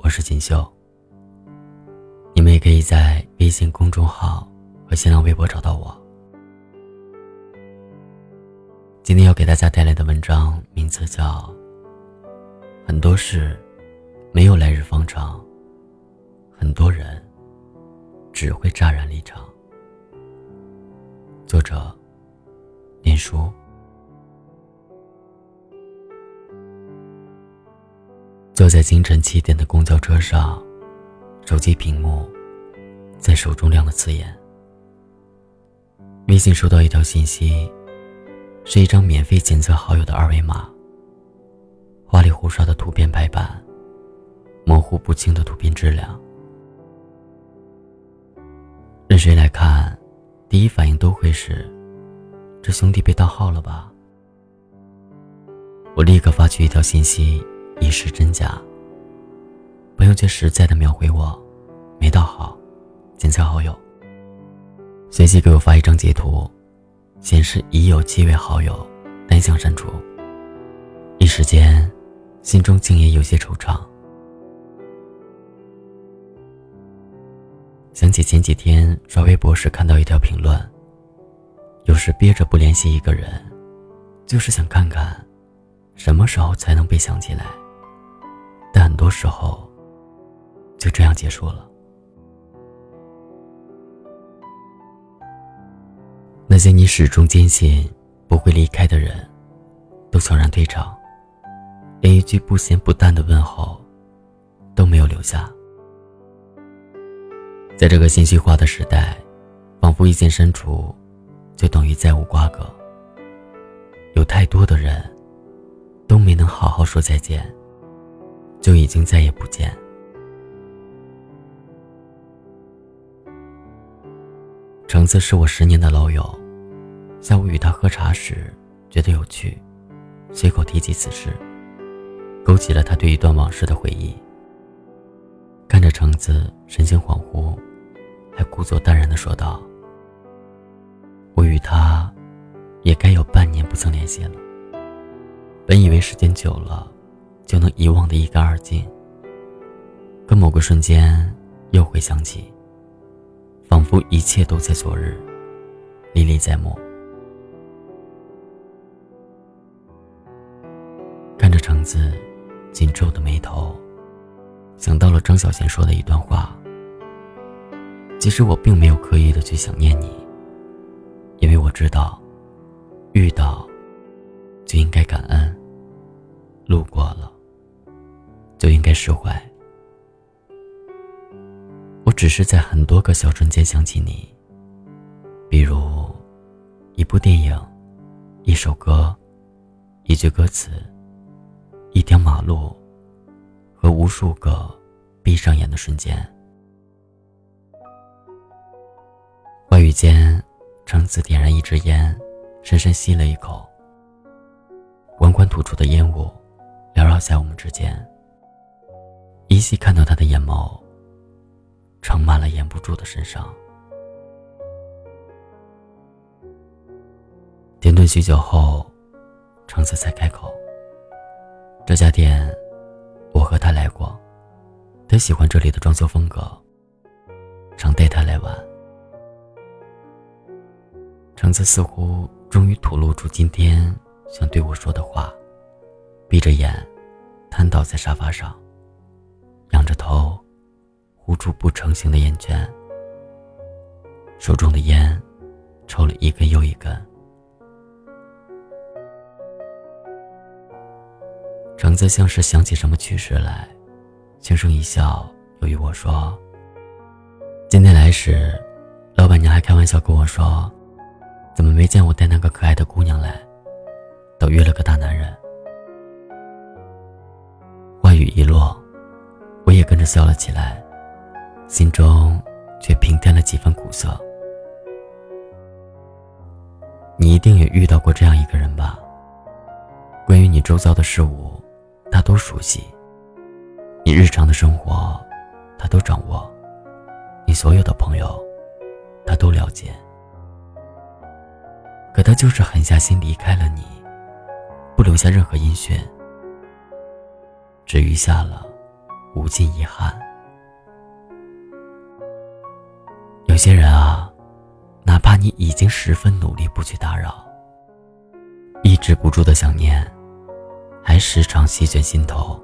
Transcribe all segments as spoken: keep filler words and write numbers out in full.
我是锦绣。你们也可以在微信公众号和新浪微博找到我。今天要给大家带来的文章名字叫很多事没有来日方长，很多人只会乍然离场。作者念书。坐在清晨七点的公交车上，手机屏幕在手中亮了刺眼。微信收到一条信息，是一张免费检测好友的二维码，花里胡哨的图片排版，模糊不清的图片质量。任谁来看，第一反应都会是，这兄弟被盗号了吧？我立刻发去一条信息，以示真假。朋友却实在的秒回我，没盗号，检测好友。随即给我发一张截图，显示已有七位好友单向删除。一时间心中竟也有些惆怅。想起前几天刷微博时看到一条评论，有时憋着不联系一个人，就是想看看什么时候才能被想起来，但很多时候就这样结束了。那些你始终坚信不会离开的人，都悄然退场，连一句不咸不淡的问候都没有留下。在这个信息化的时代，仿佛一键删除就等于再无瓜葛。有太多的人都没能好好说再见，就已经再也不见。橙子是我十年的老友，下午与他喝茶时觉得有趣，随口提及此事，勾起了他对一段往事的回忆。看着橙子神情恍惚，还故作淡然地说道，我与他也该有半年不曾联系了。本以为时间久了就能遗忘得一干二净，可某个瞬间又会想起，仿佛一切都在昨日，历历在目。看着橙子紧皱的眉头，想到了张小娴说的一段话，其实我并没有刻意的去想念你，因为我知道遇到就应该感恩，路过了就应该释怀。我只是在很多个小瞬间想起你，比如一部电影，一首歌，一句歌词，一条马路，和无数个闭上眼的瞬间。话语间，橙子点燃一支烟，深深吸了一口，缓缓吐出的烟雾缭绕在我们之间，依稀看到他的眼眸盛满了掩不住的身上。停顿许久后，橙子才开口，这家店我和他来过，他喜欢这里的装修风格，常带他来玩。橙子似乎终于吐露出今天想对我说的话，闭着眼瘫倒在沙发上，仰着头呼出不成形的烟圈，手中的烟抽了一根又一根。橙子像是想起什么趣事来，轻声一笑，又与我说，今天来时老板娘还开玩笑跟我说，怎么没见我带那个可爱的姑娘来，都约了个大男人。话语一落，我也跟着笑了起来，心中却平添了几分苦涩。你一定也遇到过这样一个人吧，关于你周遭的事物他都熟悉，你日常的生活他都掌握，你所有的朋友他都了解，可他就是狠下心离开了你，不留下任何音讯，只余下了无尽遗憾。有些人啊，哪怕你已经十分努力不去打扰，抑制不住的想念还时常席卷心头，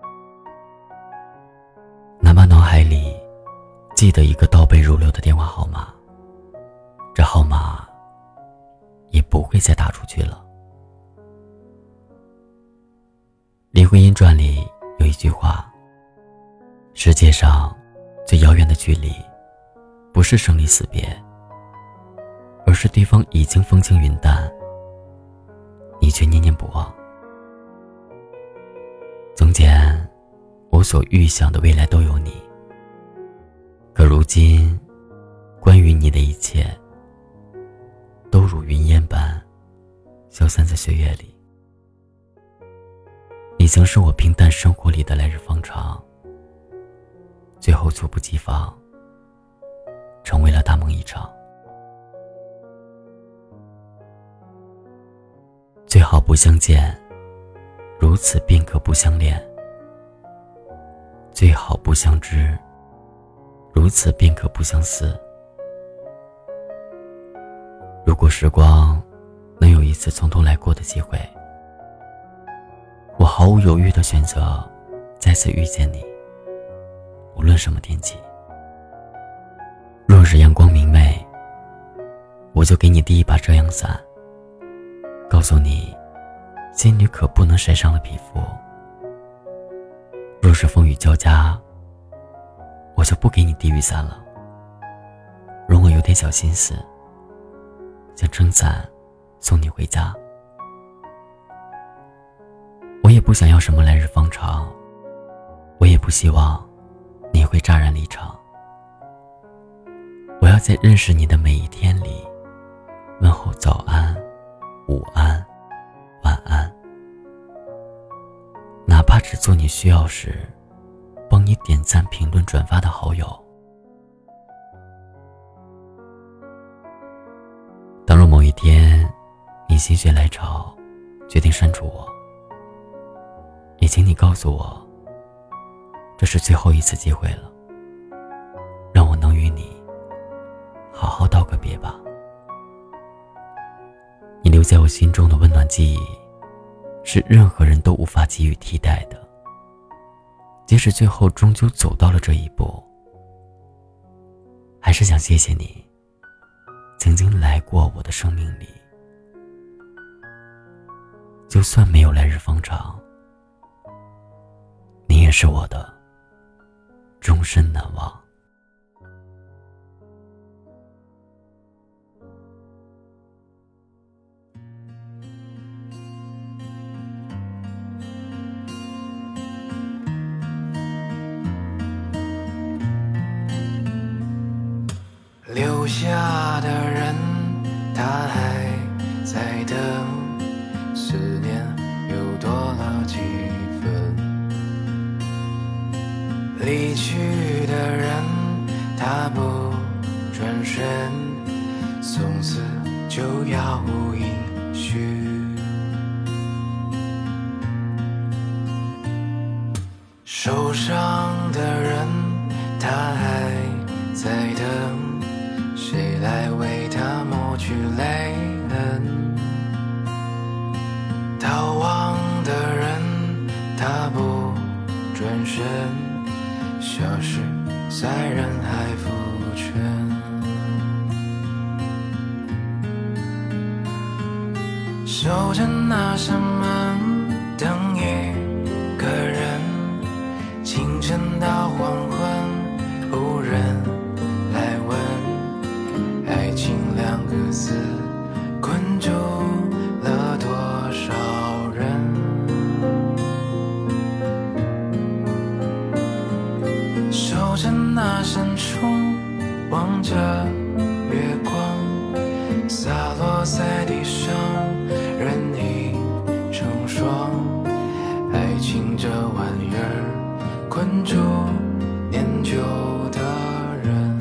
哪怕脑海里记得一个倒背如流的电话号码，这号码也不会再打出去了。林徽因传里有一句话，世界上最遥远的距离不是生离死别，而是对方已经风轻云淡，你却念念不忘。从前我所预想的未来都有你，可如今关于你的一切都如云烟般消散在岁月里。你曾是我平淡生活里的来日方长，最后猝不及防成为了大梦一场。最好不相见，如此便可不相恋；最好不相知，如此便可不相思。如果时光能有一次从头来过的机会，我毫无犹豫地选择再次遇见你，无论什么天气。若是阳光明媚，我就给你递一把遮阳伞，告诉你心里可不能晒伤了皮肤。若是风雨交加，我就不给你递雨伞了，容我有点小心思，想撑伞送你回家。我也不想要什么来日方长，我也不希望你会乍然离场。我要在认识你的每一天里问候早安、午安、晚安，哪怕只做你需要时帮你点赞、评论、转发的好友。当若某一天你心血来潮决定删除我，也请你告诉我，这是最后一次机会了，让我能与你好好道个别吧。你留在我心中的温暖记忆，是任何人都无法给予替代的。即使最后终究走到了这一步，还是想谢谢你曾经来过我的生命里。就算没有来日方长，你也是我的终身难忘。 留下的人，他还在等，思念又多了几分。离去的人，他不转身，从此就杳无音讯。受伤的人，他还在等，谁来为他抹去泪痕？逃亡的人，他不转身，消失在人海浮沉。守着那扇门，等一个人，清晨到黄昏，无人来问。爱情两个字困住了多少人？守着那扇窗，望着月光洒落在地上，人影成双。爱情这玩意儿困住念旧的人。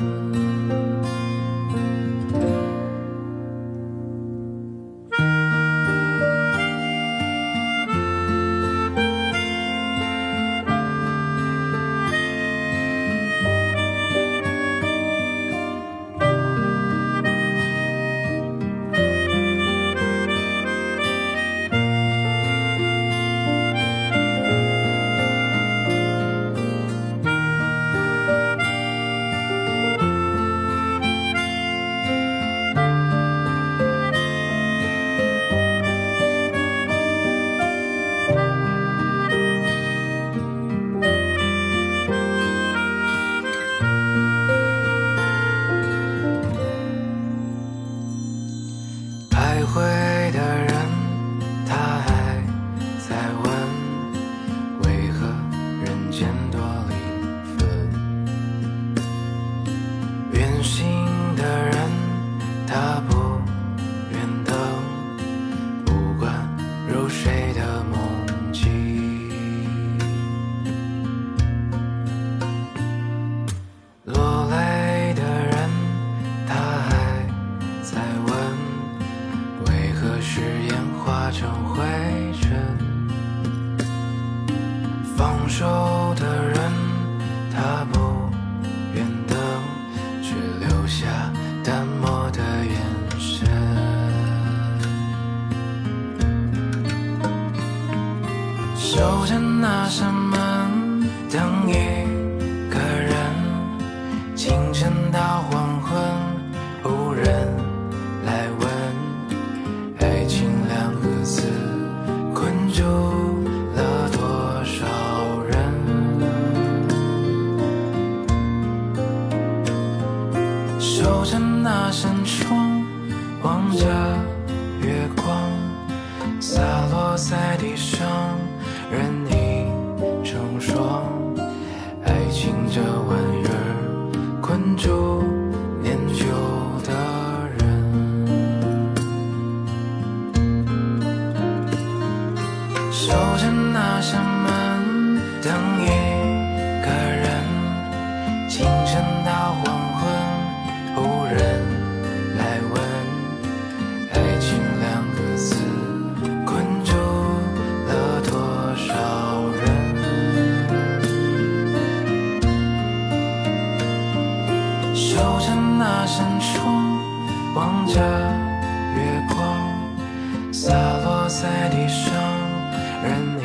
梦境。落泪的人，他还在问，为何誓言化成灰尘？放手的人，他不愿等，只留下淡漠的眼神。守着那扇门，等一个人，清晨到黄昏，无人来问，爱情两个字困住了多少人。守着那扇窗，望着月光洒落在地上，任意成双。爱情这玩意儿困住念旧的人。守着那扇门，等一个人，清晨到黄昏，无人来问，爱情两个字困住了多少人。守着那扇窗，望着月光洒落在地上，任